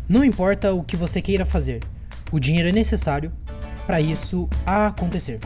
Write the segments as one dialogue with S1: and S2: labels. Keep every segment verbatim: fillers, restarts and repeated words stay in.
S1: Não importa o que você queira fazer, o dinheiro é necessário para isso acontecer.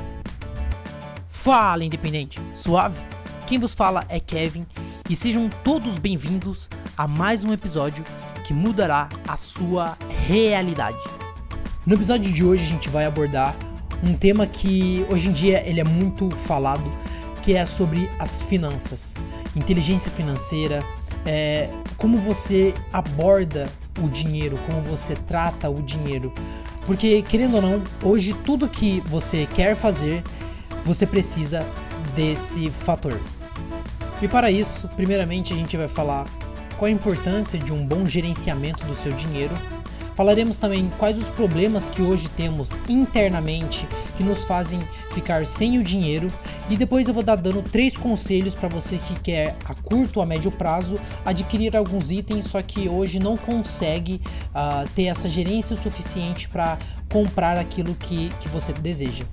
S1: Fala, independente, suave? Quem vos fala é Kevin e sejam todos bem-vindos a mais um episódio que mudará a sua realidade. No episódio de hoje a gente vai abordar um tema que hoje em dia ele é muito falado, que é sobre as finanças, inteligência financeira, é, como você aborda o dinheiro, como você trata o dinheiro, porque querendo ou não, hoje tudo que você quer fazer, você precisa desse fator. E para isso, primeiramente a gente vai falar qual a importância de um bom gerenciamento do seu dinheiro. Falaremos também quais os problemas que hoje temos internamente que nos fazem ficar sem o dinheiro, e depois eu vou dar dando três conselhos para você que quer a curto ou a médio prazo adquirir alguns itens, só que hoje não consegue uh, ter essa gerência suficiente para comprar aquilo que, que você deseja.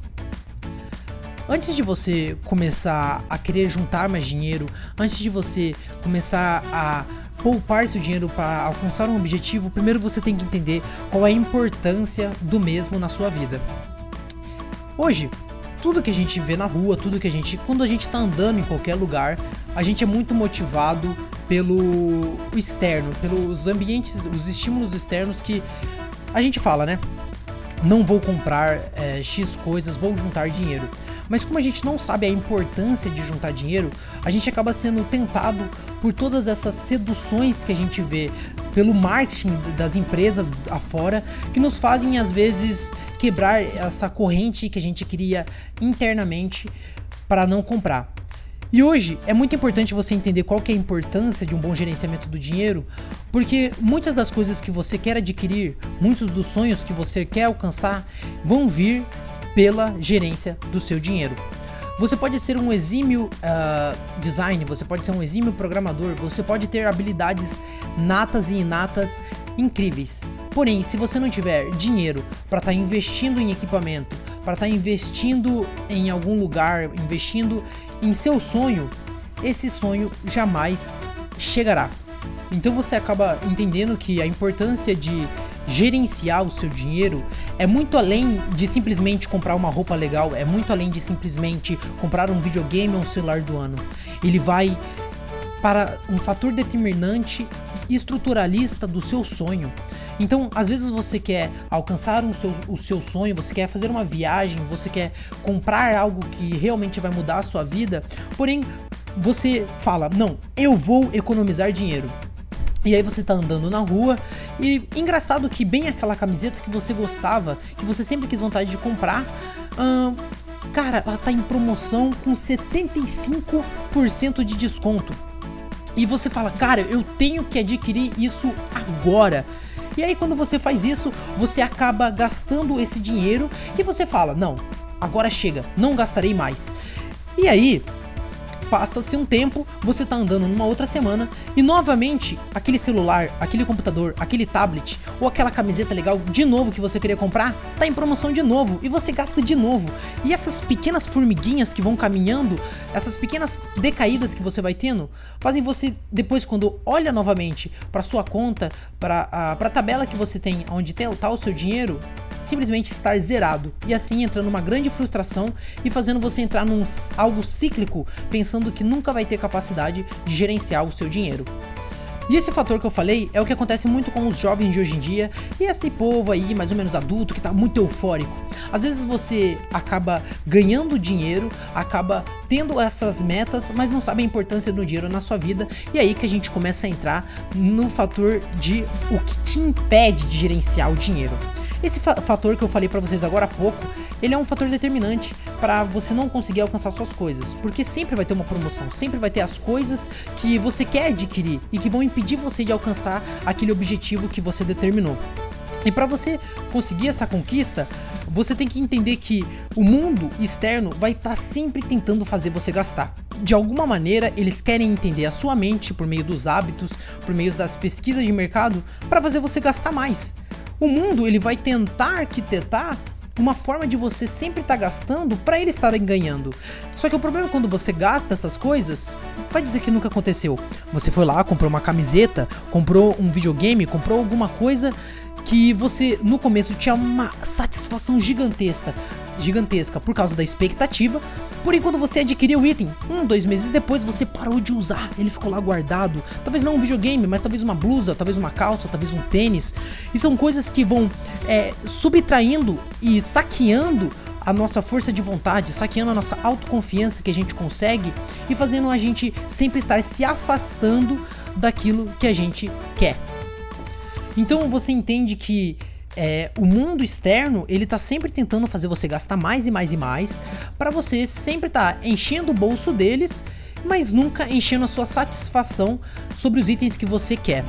S1: Antes de você começar a querer juntar mais dinheiro, antes de você começar a poupar seu dinheiro para alcançar um objetivo, primeiro você tem que entender qual é a importância do mesmo na sua vida. Hoje, tudo que a gente vê na rua, tudo que a gente, quando a gente está andando em qualquer lugar, a gente é muito motivado pelo externo, pelos ambientes, os estímulos externos que a gente fala, né? Não vou comprar é, X coisas, vou juntar dinheiro. Mas como a gente não sabe a importância de juntar dinheiro, a gente acaba sendo tentado por todas essas seduções que a gente vê pelo marketing das empresas afora, que nos fazem às vezes quebrar essa corrente que a gente cria internamente para não comprar. E hoje é muito importante você entender qual que é a importância de um bom gerenciamento do dinheiro, porque muitas das coisas que você quer adquirir, muitos dos sonhos que você quer alcançar, vão vir pela gerência do seu dinheiro. Você pode ser um exímio uh, design, você pode ser um exímio programador, você pode ter habilidades natas e inatas incríveis. Porém, se você não tiver dinheiro para estar tá investindo em equipamento, para estar tá investindo em algum lugar, investindo em seu sonho, esse sonho jamais chegará. Então você acaba entendendo que a importância de gerenciar o seu dinheiro é muito além de simplesmente comprar uma roupa legal, é muito além de simplesmente comprar um videogame ou um celular do ano. Ele vai para um fator determinante e estruturalista do seu sonho. Então, às vezes você quer alcançar um seu, o seu sonho, você quer fazer uma viagem, você quer comprar algo que realmente vai mudar a sua vida, porém você fala, não, eu vou economizar dinheiro. E aí você tá andando na rua e engraçado que bem aquela camiseta que você gostava, que você sempre quis vontade de comprar, hum, cara, ela tá em promoção com setenta e cinco por cento de desconto. E você fala, cara, eu tenho que adquirir isso agora. E aí quando você faz isso, você acaba gastando esse dinheiro e você fala, não, agora chega, não gastarei mais. E aí passa-se um tempo, você tá andando numa outra semana e novamente aquele celular, aquele computador, aquele tablet ou aquela camiseta legal de novo que você queria comprar, tá em promoção de novo e você gasta de novo. E essas pequenas formiguinhas que vão caminhando, essas pequenas decaídas que você vai tendo, fazem você depois, quando olha novamente para sua conta, para a pra tabela que você tem, onde tá o seu dinheiro, simplesmente estar zerado e assim entrando numa grande frustração e fazendo você entrar num algo cíclico, pensando que nunca vai ter capacidade de gerenciar o seu dinheiro. E esse fator que eu falei é o que acontece muito com os jovens de hoje em dia e esse povo aí mais ou menos adulto que tá muito eufórico. Às vezes você acaba ganhando dinheiro, acaba tendo essas metas, mas não sabe a importância do dinheiro na sua vida, e é aí que a gente começa a entrar no fator de o que te impede de gerenciar o dinheiro. Esse fa- fator que eu falei pra vocês agora há pouco, ele é um fator determinante para você não conseguir alcançar suas coisas, porque sempre vai ter uma promoção, sempre vai ter as coisas que você quer adquirir e que vão impedir você de alcançar aquele objetivo que você determinou. E para você conseguir essa conquista, você tem que entender que o mundo externo vai estar sempre tentando fazer você gastar. De alguma maneira, eles querem entender a sua mente por meio dos hábitos, por meio das pesquisas de mercado, para fazer você gastar mais. O mundo ele vai tentar arquitetar uma forma de você sempre estar gastando para eles estarem ganhando. Só que o problema é quando você gasta essas coisas, vai dizer que nunca aconteceu. Você foi lá, comprou uma camiseta, comprou um videogame, comprou alguma coisa que você no começo tinha uma satisfação gigantesca, gigantesca por causa da expectativa. Porém, quando você adquiriu o item, um, dois meses depois você parou de usar, ele ficou lá guardado. Talvez não um videogame, mas talvez uma blusa, talvez uma calça, talvez um tênis. E são coisas que vão é, subtraindo e saqueando a nossa força de vontade, saqueando a nossa autoconfiança que a gente consegue e fazendo a gente sempre estar se afastando daquilo que a gente quer. Então você entende que É, o mundo externo, ele tá sempre tentando fazer você gastar mais e mais e mais, para você sempre tá enchendo o bolso deles, mas nunca enchendo a sua satisfação sobre os itens que você quer.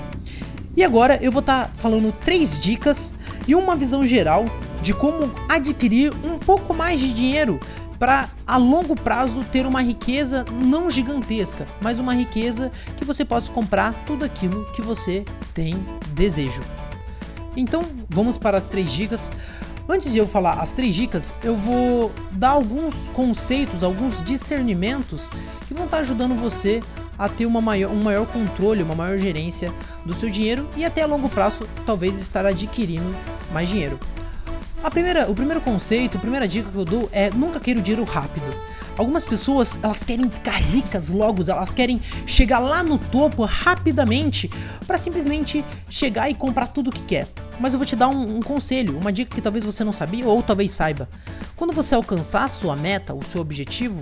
S1: E agora eu vou estar tá falando três dicas e uma visão geral de como adquirir um pouco mais de dinheiro para a longo prazo ter uma riqueza não gigantesca, mas uma riqueza que você possa comprar tudo aquilo que você tem desejo. Então vamos para as três dicas. Antes de eu falar as três dicas, eu vou dar alguns conceitos, alguns discernimentos que vão estar ajudando você a ter uma maior, um maior controle, uma maior gerência do seu dinheiro e até a longo prazo talvez estar adquirindo mais dinheiro. A primeira, o primeiro conceito, a primeira dica que eu dou é nunca queira o dinheiro rápido. Algumas pessoas, elas querem ficar ricas logo, elas querem chegar lá no topo rapidamente para simplesmente chegar e comprar tudo o que quer. Mas eu vou te dar um, um conselho, uma dica que talvez você não sabia ou talvez saiba. Quando você alcançar a sua meta, o seu objetivo,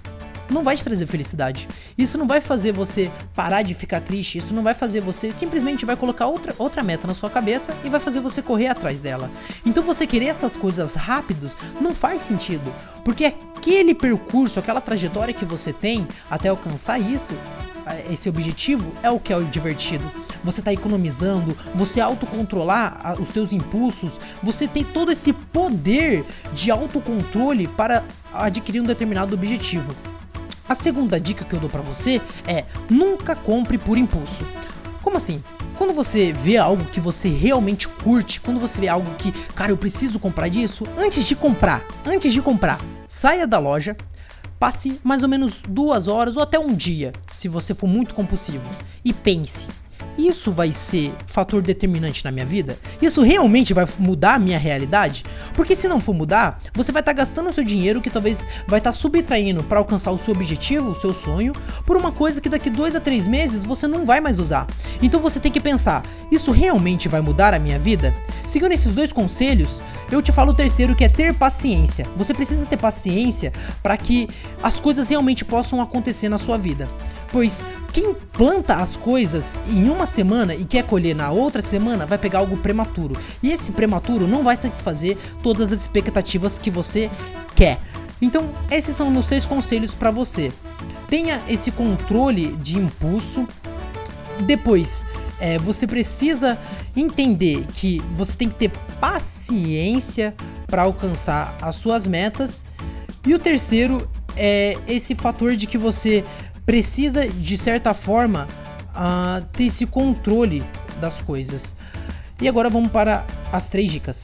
S1: não vai te trazer felicidade. Isso não vai fazer você parar de ficar triste, isso não vai fazer você, simplesmente vai colocar outra, outra meta na sua cabeça e vai fazer você correr atrás dela. Então você querer essas coisas rápidos não faz sentido, porque aquele percurso, aquela trajetória que você tem até alcançar isso, esse objetivo é o que é o divertido. Você está economizando, você autocontrolar os seus impulsos, você tem todo esse poder de autocontrole para adquirir um determinado objetivo. A segunda dica que eu dou pra você é nunca compre por impulso. Como assim? Quando você vê algo que você realmente curte, quando você vê algo que, cara, eu preciso comprar disso, antes de comprar, antes de comprar, saia da loja, passe mais ou menos duas horas ou até um dia, se você for muito compulsivo, e pense. Isso vai ser fator determinante na minha vida? Isso realmente vai mudar a minha realidade? Porque se não for mudar, você vai estar tá gastando o seu dinheiro que talvez vai estar tá subtraindo para alcançar o seu objetivo, o seu sonho, por uma coisa que daqui dois a três meses você não vai mais usar. Então você tem que pensar, isso realmente vai mudar a minha vida? Seguindo esses dois conselhos, eu te falo o terceiro, que é ter paciência. Você precisa ter paciência para que as coisas realmente possam acontecer na sua vida. Pois quem planta as coisas em uma semana e quer colher na outra semana vai pegar algo prematuro. E esse prematuro não vai satisfazer todas as expectativas que você quer. Então esses são meus três conselhos para você. Tenha esse controle de impulso. Depois, é, você precisa entender que você tem que ter paciência para alcançar as suas metas. E o terceiro é esse fator de que você precisa, de certa forma, uh, ter esse controle das coisas. E agora vamos para as três dicas.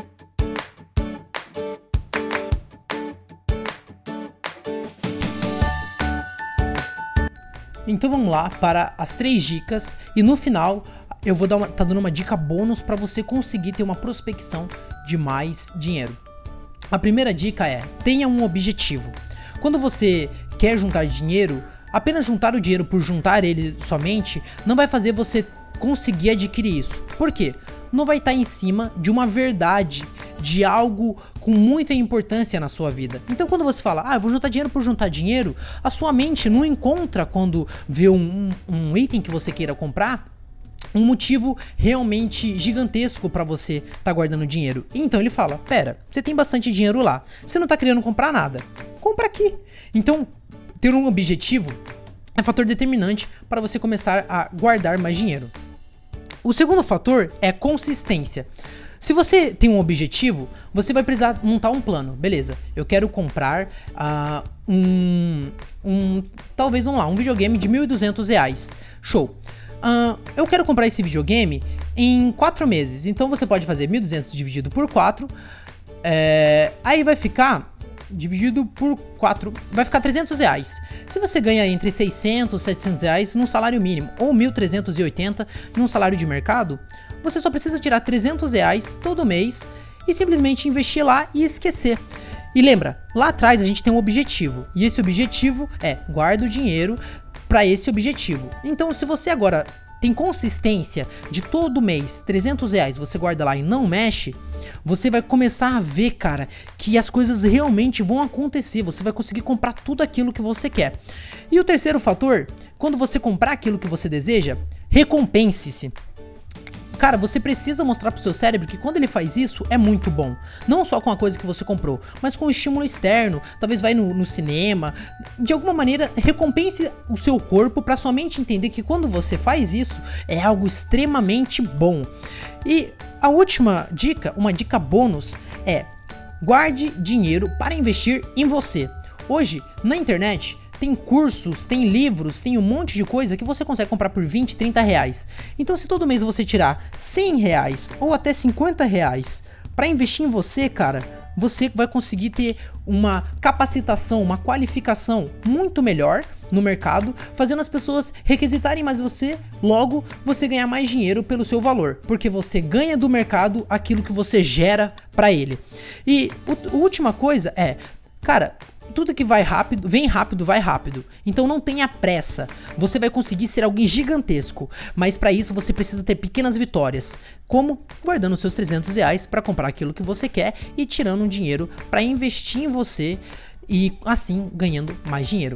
S1: Então vamos lá para as três dicas e no final eu vou dar uma, tá dando uma dica bônus para você conseguir ter uma prospecção de mais dinheiro. A primeira dica é: tenha um objetivo. Quando você quer juntar dinheiro, apenas juntar o dinheiro por juntar ele somente não vai fazer você conseguir adquirir isso. Por quê? Não vai estar em cima de uma verdade, de algo com muita importância na sua vida. Então quando você fala, ah, eu vou juntar dinheiro por juntar dinheiro, a sua mente não encontra, quando vê um, um, um item que você queira comprar, um motivo realmente gigantesco para você estar tá guardando dinheiro. E então ele fala, pera, você tem bastante dinheiro lá, você não tá querendo comprar nada, compra aqui. Então ter um objetivo é fator determinante para você começar a guardar mais dinheiro. O segundo fator é consistência. Se você tem um objetivo, você vai precisar montar um plano. Beleza, eu quero comprar uh, um, um, talvez vamos lá, um videogame de mil e duzentos reais. Show. Uh, eu quero comprar esse videogame em quatro meses. Então você pode fazer mil e duzentos dividido por quatro É, aí vai ficar dividido por quatro, vai ficar trezentos reais. Se você ganha entre seiscentos e setecentos reais num salário mínimo ou mil trezentos e oitenta num salário de mercado, você só precisa tirar trezentos reais todo mês e simplesmente investir lá e esquecer. E lembra, lá atrás a gente tem um objetivo, e esse objetivo é guarda o dinheiro para esse objetivo. Então, se você agora tem consistência de todo mês trezentos reais você guarda lá e não mexe, você vai começar a ver, cara, que as coisas realmente vão acontecer. Você vai conseguir comprar tudo aquilo que você quer. E o terceiro fator, quando você comprar aquilo que você deseja, recompense-se. Cara, você precisa mostrar pro seu cérebro que quando ele faz isso é muito bom. Não só com a coisa que você comprou, mas com o estímulo externo. Talvez vai no, no cinema. De alguma maneira, recompense o seu corpo para sua mente entender que quando você faz isso é algo extremamente bom. E a última dica, uma dica bônus, é guarde dinheiro para investir em você. Hoje, na internet, tem cursos, tem livros, tem um monte de coisa que você consegue comprar por vinte, trinta reais. Então, se todo mês você tirar cem reais ou até cinquenta reais para investir em você, cara, você vai conseguir ter uma capacitação, uma qualificação muito melhor no mercado, fazendo as pessoas requisitarem mais você, logo você ganhar mais dinheiro pelo seu valor, porque você ganha do mercado aquilo que você gera para ele. E a última coisa é, cara, tudo que vai rápido, vem rápido, vai rápido. Então não tenha pressa. Você vai conseguir ser alguém gigantesco. Mas para isso você precisa ter pequenas vitórias. Como guardando seus trezentos reais para comprar aquilo que você quer e tirando um dinheiro para investir em você e assim ganhando mais dinheiro.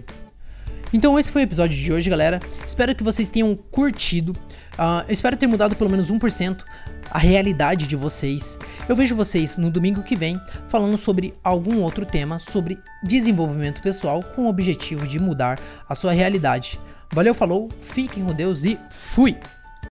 S1: Então esse foi o episódio de hoje, galera. Espero que vocês tenham curtido. Uh, eu espero ter mudado pelo menos um por cento a realidade de vocês. Eu vejo vocês no domingo que vem falando sobre algum outro tema, sobre desenvolvimento pessoal com o objetivo de mudar a sua realidade. Valeu, falou, fiquem com Deus e fui!